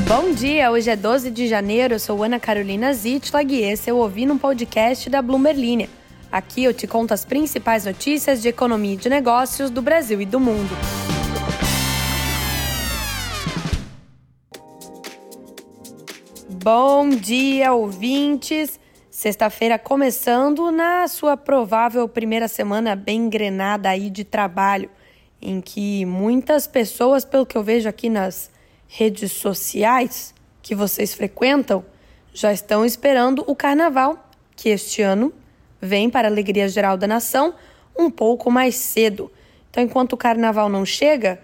Bom dia, hoje é 12 de janeiro, eu sou Ana Carolina Zitlag e esse eu ouvi num podcast da Bloomberg Linha. Aqui eu te conto as principais notícias de economia e de negócios do Brasil e do mundo. Bom dia, ouvintes! Sexta-feira começando na sua provável primeira semana bem engrenada aí de trabalho, em que muitas pessoas, pelo que eu vejo aqui nas redes sociais que vocês frequentam, já estão esperando o carnaval, que este ano vem para a alegria geral da nação um pouco mais cedo. Então, enquanto o carnaval não chega,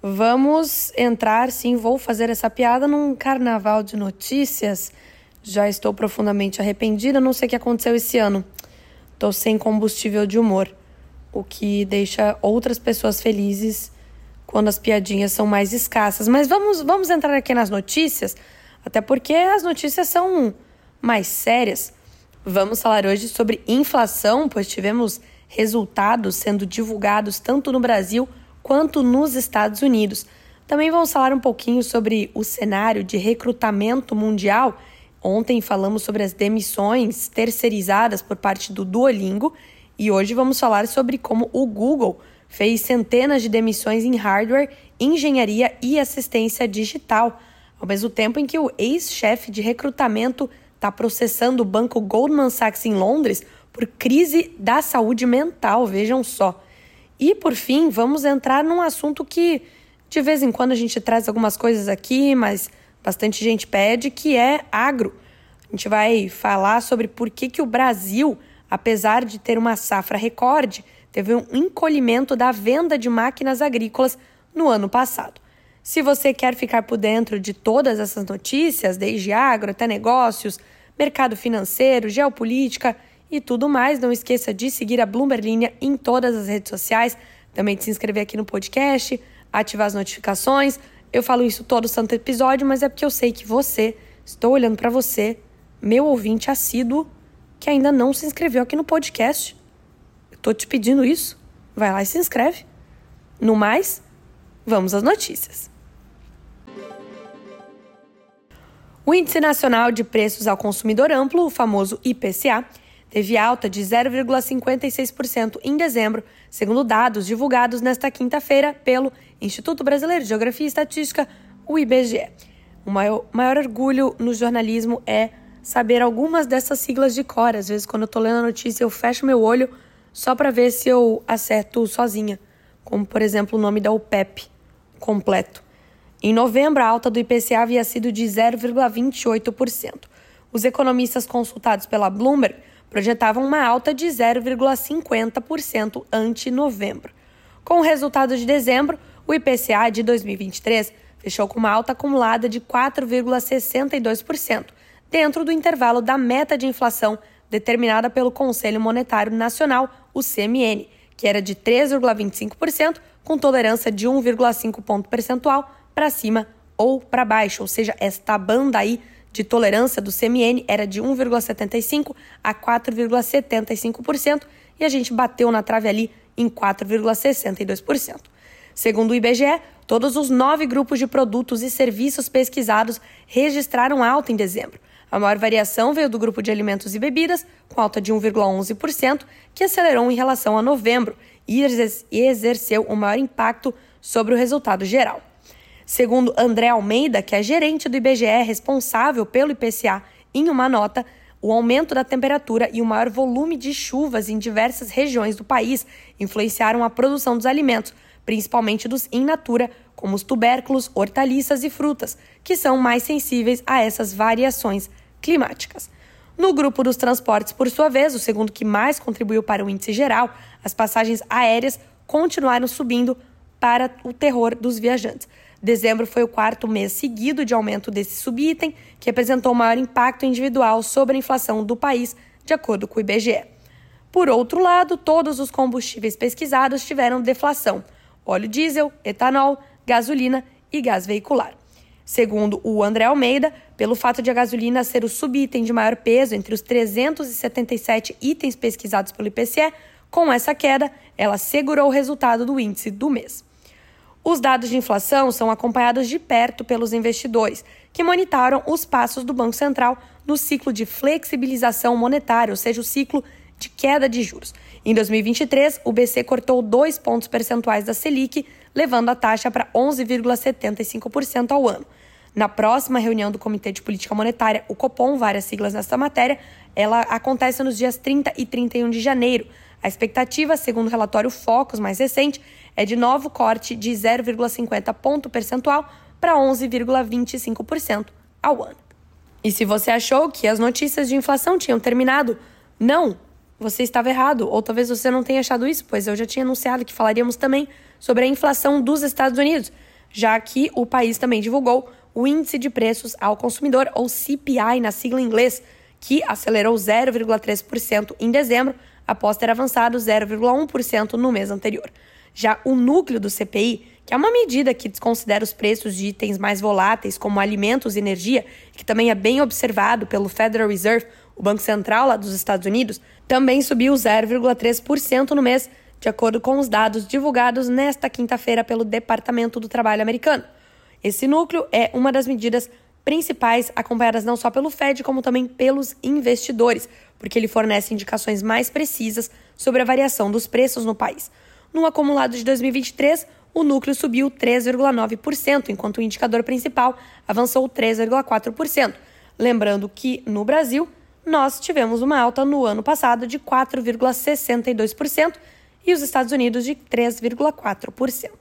vamos entrar, sim, vou fazer essa piada num carnaval de notícias. Já estou profundamente arrependida, não sei o que aconteceu esse ano. Estou sem combustível de humor, o que deixa outras pessoas felizes quando as piadinhas são mais escassas. Mas vamos entrar aqui nas notícias, até porque as notícias são mais sérias. Vamos falar hoje sobre inflação, pois tivemos resultados sendo divulgados tanto no Brasil quanto nos Estados Unidos. Também vamos falar um pouquinho sobre o cenário de recrutamento mundial. Ontem falamos sobre as demissões terceirizadas por parte do Duolingo e hoje vamos falar sobre como o Google fez centenas de demissões em hardware, engenharia e assistência digital, ao mesmo tempo em que o ex-chefe de recrutamento está processando o banco Goldman Sachs em Londres por crise da saúde mental, vejam só. E, por fim, vamos entrar num assunto que, de vez em quando, a gente traz algumas coisas aqui, mas bastante gente pede, que é agro. A gente vai falar sobre por que o Brasil, apesar de ter uma safra recorde, teve um encolhimento da venda de máquinas agrícolas no ano passado. Se você quer ficar por dentro de todas essas notícias, desde agro até negócios, mercado financeiro, geopolítica e tudo mais, não esqueça de seguir a Bloomberg Linha em todas as redes sociais, também de se inscrever aqui no podcast, ativar as notificações. Eu falo isso todo santo episódio, mas é porque eu sei que você, estou olhando para você, meu ouvinte assíduo, que ainda não se inscreveu aqui no podcast. Tô te pedindo isso. Vai lá e se inscreve. No mais, vamos às notícias. O Índice Nacional de Preços ao Consumidor Amplo, o famoso IPCA, teve alta de 0,56% em dezembro, segundo dados divulgados nesta quinta-feira pelo Instituto Brasileiro de Geografia e Estatística, o IBGE. O maior orgulho no jornalismo é saber algumas dessas siglas de cor. Às vezes, quando eu tô lendo a notícia, eu fecho meu olho só para ver se eu acerto sozinha, como, por exemplo, o nome da OPEP completo. Em novembro, a alta do IPCA havia sido de 0,28%. Os economistas consultados pela Bloomberg projetavam uma alta de 0,50% ante novembro. Com o resultado de dezembro, o IPCA de 2023 fechou com uma alta acumulada de 4,62%, dentro do intervalo da meta de inflação determinada pelo Conselho Monetário Nacional, o CMN, que era de 3,25%, com tolerância de 1,5 ponto percentual para cima ou para baixo. Ou seja, esta banda aí de tolerância do CMN era de 1,75% a 4,75% e a gente bateu na trave ali em 4,62%. Segundo o IBGE, todos os 9 grupos de produtos e serviços pesquisados registraram alta em dezembro. A maior variação veio do grupo de alimentos e bebidas, com alta de 1,11%, que acelerou em relação a novembro e exerceu o maior impacto sobre o resultado geral. Segundo André Almeida, que é gerente do IBGE responsável pelo IPCA, em uma nota, o aumento da temperatura e o maior volume de chuvas em diversas regiões do país influenciaram a produção dos alimentos, principalmente dos in natura, como os tubérculos, hortaliças e frutas, que são mais sensíveis a essas variações climáticas. No grupo dos transportes, por sua vez, o segundo que mais contribuiu para o índice geral, as passagens aéreas continuaram subindo para o terror dos viajantes. Dezembro foi o 4º mês seguido de aumento desse subitem, que apresentou o maior impacto individual sobre a inflação do país, de acordo com o IBGE. Por outro lado, todos os combustíveis pesquisados tiveram deflação: óleo diesel, etanol, gasolina e gás veicular. Segundo o André Almeida, pelo fato de a gasolina ser o subitem de maior peso entre os 377 itens pesquisados pelo IPCE, com essa queda, ela segurou o resultado do índice do mês. Os dados de inflação são acompanhados de perto pelos investidores, que monitoram os passos do Banco Central no ciclo de flexibilização monetária, ou seja, o ciclo de queda de juros. Em 2023, o BC cortou 2 pontos percentuais da Selic, levando a taxa para 11,75% ao ano. Na próxima reunião do Comitê de Política Monetária, o Copom, várias siglas nesta matéria, ela acontece nos dias 30 e 31 de janeiro. A expectativa, segundo o relatório Focus mais recente, é de novo corte de 0,50 ponto percentual para 11,25% ao ano. E se você achou que as notícias de inflação tinham terminado, não, você estava errado. Ou talvez você não tenha achado isso, pois eu já tinha anunciado que falaríamos também sobre a inflação dos Estados Unidos, já que o país também divulgou o Índice de Preços ao Consumidor, ou CPI na sigla em inglês, que acelerou 0,3% em dezembro, após ter avançado 0,1% no mês anterior. Já o núcleo do CPI, que é uma medida que desconsidera os preços de itens mais voláteis, como alimentos e energia, que também é bem observado pelo Federal Reserve, o Banco Central lá dos Estados Unidos, também subiu 0,3% no mês, de acordo com os dados divulgados nesta quinta-feira pelo Departamento do Trabalho americano. Esse núcleo é uma das medidas principais acompanhadas não só pelo Fed, como também pelos investidores, porque ele fornece indicações mais precisas sobre a variação dos preços no país. No acumulado de 2023, o núcleo subiu 3,9%, enquanto o indicador principal avançou 3,4%. Lembrando que, no Brasil, nós tivemos uma alta no ano passado de 4,62% e os Estados Unidos de 3,4%.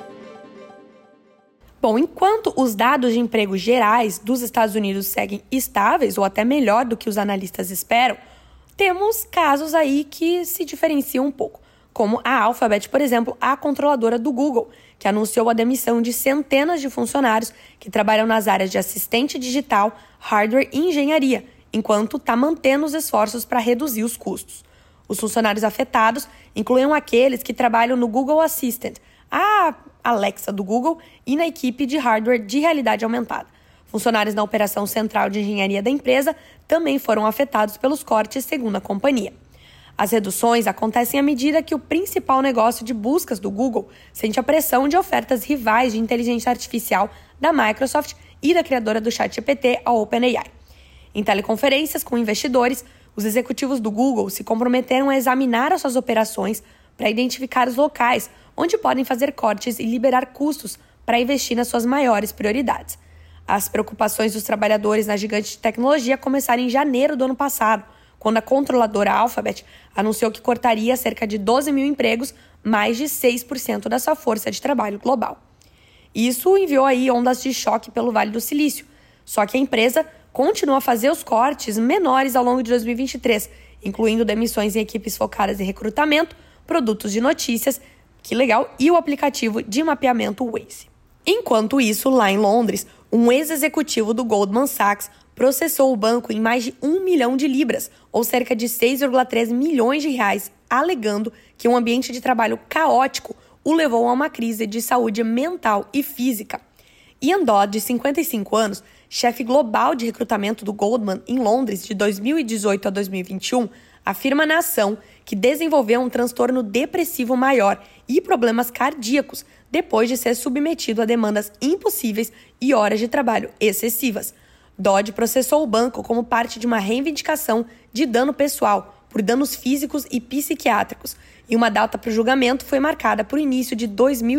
Bom, enquanto os dados de emprego gerais dos Estados Unidos seguem estáveis ou até melhor do que os analistas esperam, temos casos aí que se diferenciam um pouco, como a Alphabet, por exemplo, a controladora do Google, que anunciou a demissão de centenas de funcionários que trabalham nas áreas de assistente digital, hardware e engenharia, enquanto está mantendo os esforços para reduzir os custos. Os funcionários afetados incluem aqueles que trabalham no Google Assistant, a Alexa do Google, e na equipe de hardware de realidade aumentada. Funcionários na operação central de engenharia da empresa também foram afetados pelos cortes, segundo a companhia. As reduções acontecem à medida que o principal negócio de buscas do Google sente a pressão de ofertas rivais de inteligência artificial da Microsoft e da criadora do ChatGPT, a OpenAI. Em teleconferências com investidores, os executivos do Google se comprometeram a examinar as suas operações para identificar os locais onde podem fazer cortes e liberar custos para investir nas suas maiores prioridades. As preocupações dos trabalhadores na gigante de tecnologia começaram em janeiro do ano passado, quando a controladora Alphabet anunciou que cortaria cerca de 12 mil empregos, mais de 6% da sua força de trabalho global. Isso enviou aí ondas de choque pelo Vale do Silício, só que a empresa continua a fazer os cortes menores ao longo de 2023, incluindo demissões em equipes focadas em recrutamento, produtos de notícias, que legal, e o aplicativo de mapeamento Waze. Enquanto isso, lá em Londres, um ex-executivo do Goldman Sachs processou o banco em mais de 1 milhão de libras, ou cerca de 6,3 milhões de reais, alegando que um ambiente de trabalho caótico o levou a uma crise de saúde mental e física. Ian Dodd, de 55 anos, chefe global de recrutamento do Goldman em Londres de 2018 a 2021, afirma na ação que desenvolveu um transtorno depressivo maior e problemas cardíacos depois de ser submetido a demandas impossíveis e horas de trabalho excessivas. Dodd processou o banco como parte de uma reivindicação de dano pessoal por danos físicos e psiquiátricos, e uma data para o julgamento foi marcada para o início de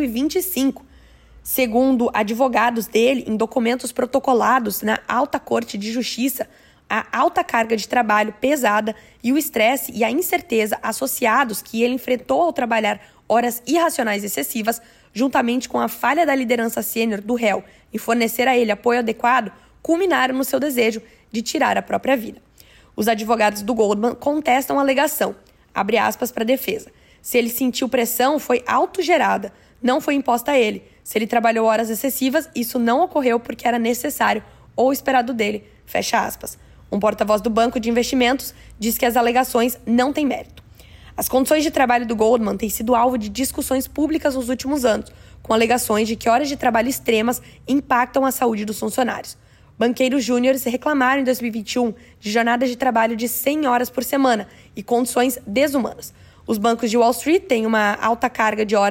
2025. Segundo advogados dele, em documentos protocolados na Alta Corte de Justiça, a alta carga de trabalho pesada e o estresse e a incerteza associados que ele enfrentou ao trabalhar horas irracionais excessivas, juntamente com a falha da liderança sênior do réu em fornecer a ele apoio adequado, culminaram no seu desejo de tirar a própria vida. Os advogados do Goldman contestam a alegação, abre aspas para a defesa. Se ele sentiu pressão, foi autogerada, não foi imposta a ele. Se ele trabalhou horas excessivas, isso não ocorreu porque era necessário ou esperado dele, fecha aspas. Um porta-voz do Banco de Investimentos diz que as alegações não têm mérito. As condições de trabalho do Goldman têm sido alvo de discussões públicas nos últimos anos, com alegações de que horas de trabalho extremas impactam a saúde dos funcionários. Banqueiros júniores reclamaram em 2021 de jornadas de trabalho de 100 horas por semana e condições desumanas. Os bancos de Wall Street têm uma alta carga de horas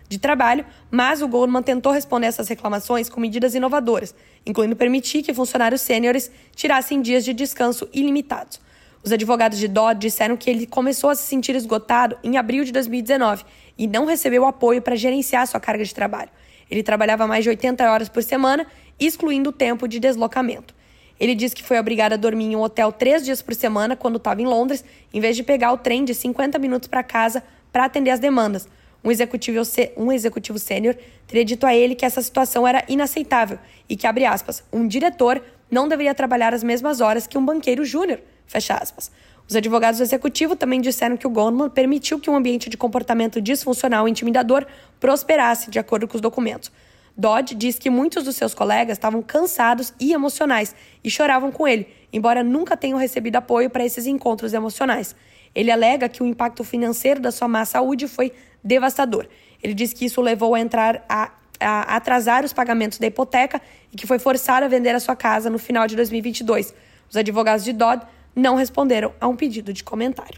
de trabalho, mas o Goldman tentou responder essas reclamações com medidas inovadoras, incluindo permitir que funcionários sêniores tirassem dias de descanso ilimitados. Os advogados de Dodd disseram que ele começou a se sentir esgotado em abril de 2019 e não recebeu apoio para gerenciar sua carga de trabalho. Ele trabalhava mais de 80 horas por semana, excluindo o tempo de deslocamento. Ele disse que foi obrigado a dormir em um hotel 3 dias por semana quando estava em Londres, em vez de pegar o trem de 50 minutos para casa para atender as demandas. Um executivo sênior teria dito a ele que essa situação era inaceitável e que, abre aspas, um diretor não deveria trabalhar as mesmas horas que um banqueiro júnior, fecha aspas. Os advogados do executivo também disseram que o Goldman permitiu que um ambiente de comportamento disfuncional e intimidador prosperasse, de acordo com os documentos. Dodd diz que muitos dos seus colegas estavam cansados e emocionais e choravam com ele, embora nunca tenham recebido apoio para esses encontros emocionais. Ele alega que o impacto financeiro da sua má saúde foi devastador. Ele diz que isso levou a atrasar os pagamentos da hipoteca e que foi forçado a vender a sua casa no final de 2022. Os advogados de Dodd não responderam a um pedido de comentário.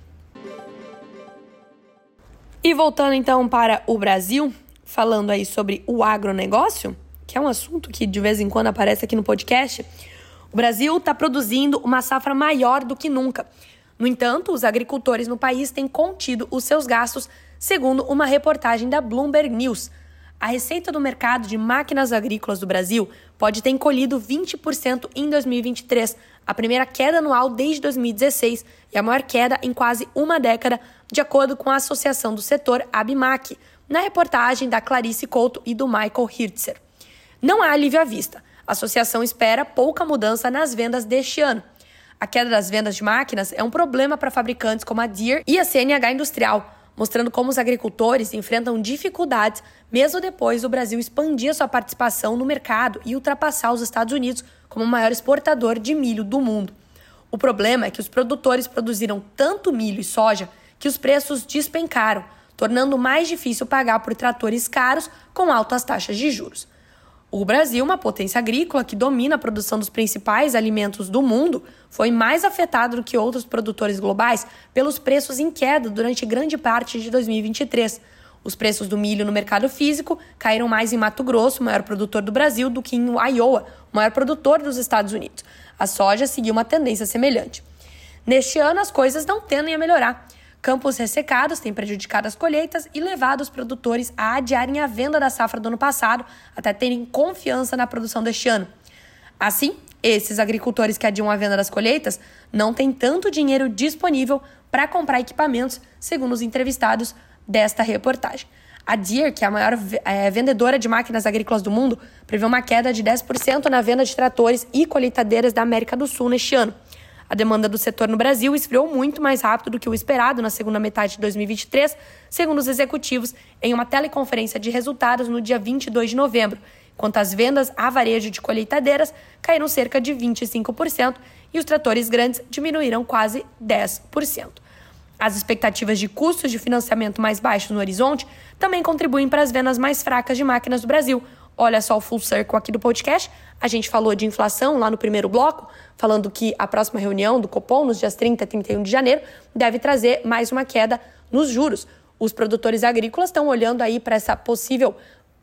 E voltando então para o Brasil, falando aí sobre o agronegócio, que é um assunto que de vez em quando aparece aqui no podcast, o Brasil está produzindo uma safra maior do que nunca. No entanto, os agricultores no país têm contido os seus gastos, segundo uma reportagem da Bloomberg News. A receita do mercado de máquinas agrícolas do Brasil pode ter encolhido 20% em 2023, a primeira queda anual desde 2016 e a maior queda em quase uma década, de acordo com a Associação do Setor ABMAC, na reportagem da Clarice Couto e do Michael Hirtzer. Não há alívio à vista. A associação espera pouca mudança nas vendas deste ano. A queda das vendas de máquinas é um problema para fabricantes como a Deere e a CNH Industrial, mostrando como os agricultores enfrentam dificuldades mesmo depois do Brasil expandir sua participação no mercado e ultrapassar os Estados Unidos como o maior exportador de milho do mundo. O problema é que os produtores produziram tanto milho e soja que os preços despencaram, tornando mais difícil pagar por tratores caros com altas taxas de juros. O Brasil, uma potência agrícola que domina a produção dos principais alimentos do mundo, foi mais afetado do que outros produtores globais pelos preços em queda durante grande parte de 2023. Os preços do milho no mercado físico caíram mais em Mato Grosso, o maior produtor do Brasil, do que em Iowa, o maior produtor dos Estados Unidos. A soja seguiu uma tendência semelhante. Neste ano, as coisas não tendem a melhorar. Campos ressecados têm prejudicado as colheitas e levado os produtores a adiarem a venda da safra do ano passado até terem confiança na produção deste ano. Assim, esses agricultores que adiam a venda das colheitas não têm tanto dinheiro disponível para comprar equipamentos, segundo os entrevistados desta reportagem. A Deere, que é a maior vendedora de máquinas agrícolas do mundo, prevê uma queda de 10% na venda de tratores e colheitadeiras da América do Sul neste ano. A demanda do setor no Brasil esfriou muito mais rápido do que o esperado na segunda metade de 2023, segundo os executivos, em uma teleconferência de resultados no dia 22 de novembro, enquanto as vendas a varejo de colheitadeiras caíram cerca de 25% e os tratores grandes diminuíram quase 10%. As expectativas de custos de financiamento mais baixos no horizonte também contribuem para as vendas mais fracas de máquinas do Brasil. Olha só o full circle aqui do podcast. A gente falou de inflação lá no primeiro bloco, falando que a próxima reunião do Copom, nos dias 30 e 31 de janeiro, deve trazer mais uma queda nos juros. Os produtores agrícolas estão olhando aí para essa possível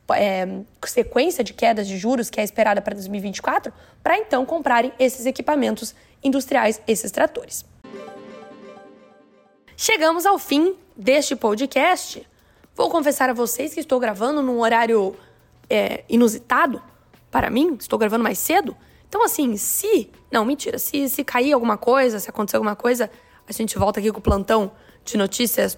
sequência de quedas de juros que é esperada para 2024, para então comprarem esses equipamentos industriais, esses tratores. Chegamos ao fim deste podcast. Vou confessar a vocês que estou gravando num horário inusitado para mim. Estou gravando mais cedo. Então, assim, se cair alguma coisa, se acontecer alguma coisa, a gente volta aqui com o plantão de notícias.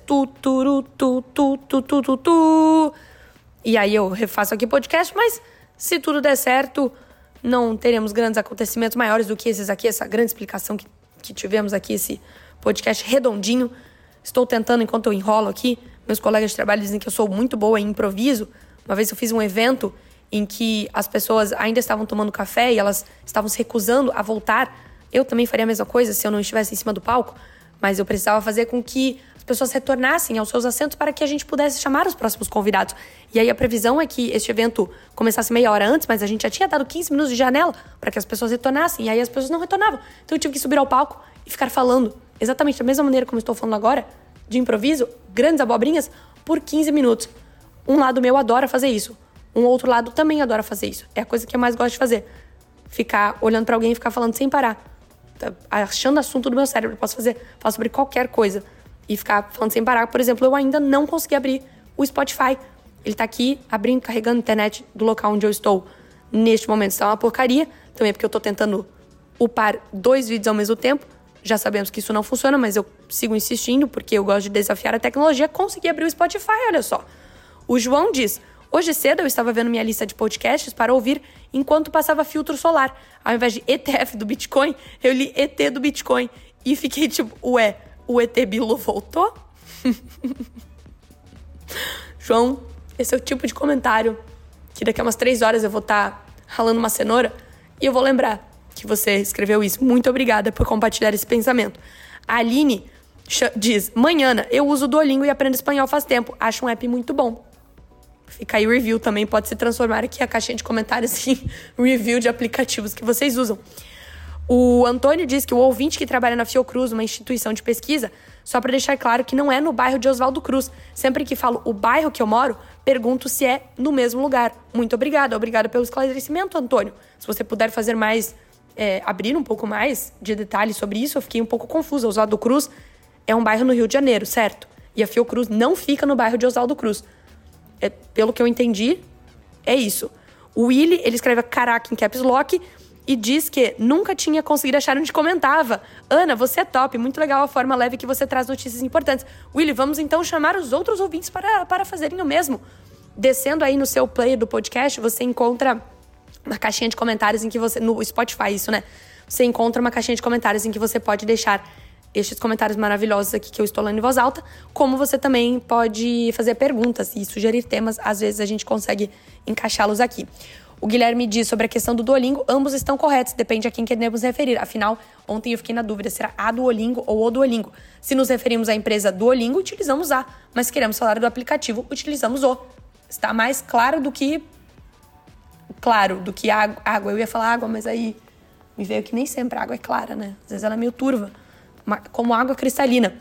E aí eu refaço aqui o podcast, mas se tudo der certo, não teremos grandes acontecimentos maiores do que esses aqui, essa grande explicação que tivemos aqui, esse podcast redondinho. Estou tentando, enquanto eu enrolo aqui, meus colegas de trabalho dizem que eu sou muito boa em improviso. Uma vez eu fiz um evento em que as pessoas ainda estavam tomando café e elas estavam se recusando a voltar. Eu também faria a mesma coisa se eu não estivesse em cima do palco, mas eu precisava fazer com que as pessoas retornassem aos seus assentos para que a gente pudesse chamar os próximos convidados. E aí a previsão é que este evento começasse meia hora antes, mas a gente já tinha dado 15 minutos de janela para que as pessoas retornassem, e aí as pessoas não retornavam. Então eu tive que subir ao palco e ficar falando exatamente da mesma maneira como eu estou falando agora, de improviso, grandes abobrinhas, por 15 minutos. Um lado meu adora fazer isso. Um outro lado também adora fazer isso. É a coisa que eu mais gosto de fazer. Ficar olhando pra alguém e ficar falando sem parar. Achando assunto do meu cérebro. Posso falar sobre qualquer coisa e ficar falando sem parar. Por exemplo, eu ainda não consegui abrir o Spotify. Ele tá aqui abrindo, carregando a internet do local onde eu estou. Neste momento está uma porcaria. Também porque eu tô tentando upar 2 vídeos ao mesmo tempo. Já sabemos que isso não funciona, mas eu sigo insistindo porque eu gosto de desafiar a tecnologia. Consegui abrir o Spotify, olha só. O João diz: hoje cedo eu estava vendo minha lista de podcasts para ouvir enquanto passava filtro solar. Ao invés de ETF do Bitcoin, eu li ET do Bitcoin. E fiquei tipo, ué, o ET Bilu voltou? João, esse é o tipo de comentário que daqui a umas 3 horas eu vou estar ralando uma cenoura e eu vou lembrar que você escreveu isso. Muito obrigada por compartilhar esse pensamento. A Aline diz: manhã, eu uso o Duolingo e aprendo espanhol faz tempo. Acho um app muito bom. Fica aí o review também. Pode se transformar aqui a caixinha de comentários em review de aplicativos que vocês usam. O Antônio diz que o ouvinte que trabalha na Fiocruz, uma instituição de pesquisa, só para deixar claro que não é no bairro de Oswaldo Cruz. Sempre que falo o bairro que eu moro, pergunto se é no mesmo lugar. Muito obrigada. Obrigada pelo esclarecimento, Antônio. Se você puder fazer mais, abrir um pouco mais de detalhes sobre isso, eu fiquei um pouco confusa. Oswaldo Cruz é um bairro no Rio de Janeiro, certo? E a Fiocruz não fica no bairro de Oswaldo Cruz. Pelo que eu entendi, é isso. O Willy, ele escreve caraca em caps lock e diz que nunca tinha conseguido achar onde comentava. Ana, você é top, muito legal a forma leve que você traz notícias importantes. Willy, vamos então chamar os outros ouvintes para fazerem o mesmo. Descendo aí no seu player do podcast, você encontra uma caixinha de comentários em que você... No Spotify, isso, né? Você encontra uma caixinha de comentários em que você pode deixar estes comentários maravilhosos aqui que eu estou lendo em voz alta, como você também pode fazer perguntas e sugerir temas. Às vezes a gente consegue encaixá-los aqui. O Guilherme diz sobre a questão do Duolingo: ambos estão corretos, depende a quem queremos referir. Afinal, ontem eu fiquei na dúvida, será a Duolingo ou o Duolingo? Se nos referimos à empresa Duolingo, utilizamos a, mas se queremos falar do aplicativo, utilizamos o. Está mais claro do que água. Eu ia falar água, mas aí me veio que nem sempre a água é clara, né? Às vezes ela é meio turva, como água cristalina.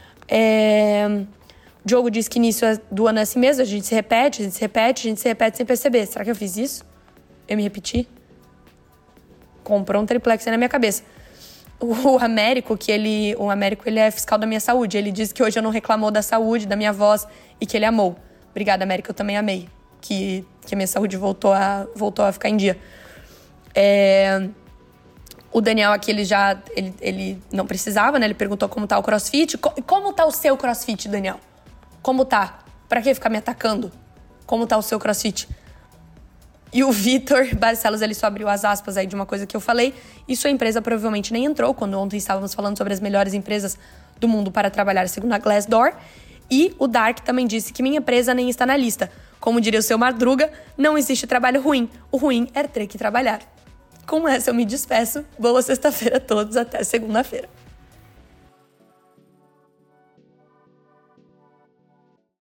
O Diogo diz que início do ano é assim mesmo, a gente se repete sem perceber. Será que eu fiz isso? Eu me repeti? Comprou um triplex aí na minha cabeça. O Américo, ele é fiscal da minha saúde. Ele disse que hoje eu não reclamou da saúde, da minha voz, e que ele amou. Obrigada, Américo, eu também amei. Que a minha saúde voltou a ficar em dia. O Daniel aqui, ele não precisava, né? Ele perguntou como tá o CrossFit. Como tá o seu CrossFit, Daniel? Como tá? Pra que ficar me atacando? Como tá o seu CrossFit? E o Vitor Barcelos, ele só abriu as aspas aí de uma coisa que eu falei. E sua empresa provavelmente nem entrou, quando ontem estávamos falando sobre as melhores empresas do mundo para trabalhar, segundo a Glassdoor. E o Dark também disse que minha empresa nem está na lista. Como diria o seu Madruga, não existe trabalho ruim. O ruim é ter que trabalhar. Com essa eu me despeço. Boa sexta-feira a todos. Até segunda-feira.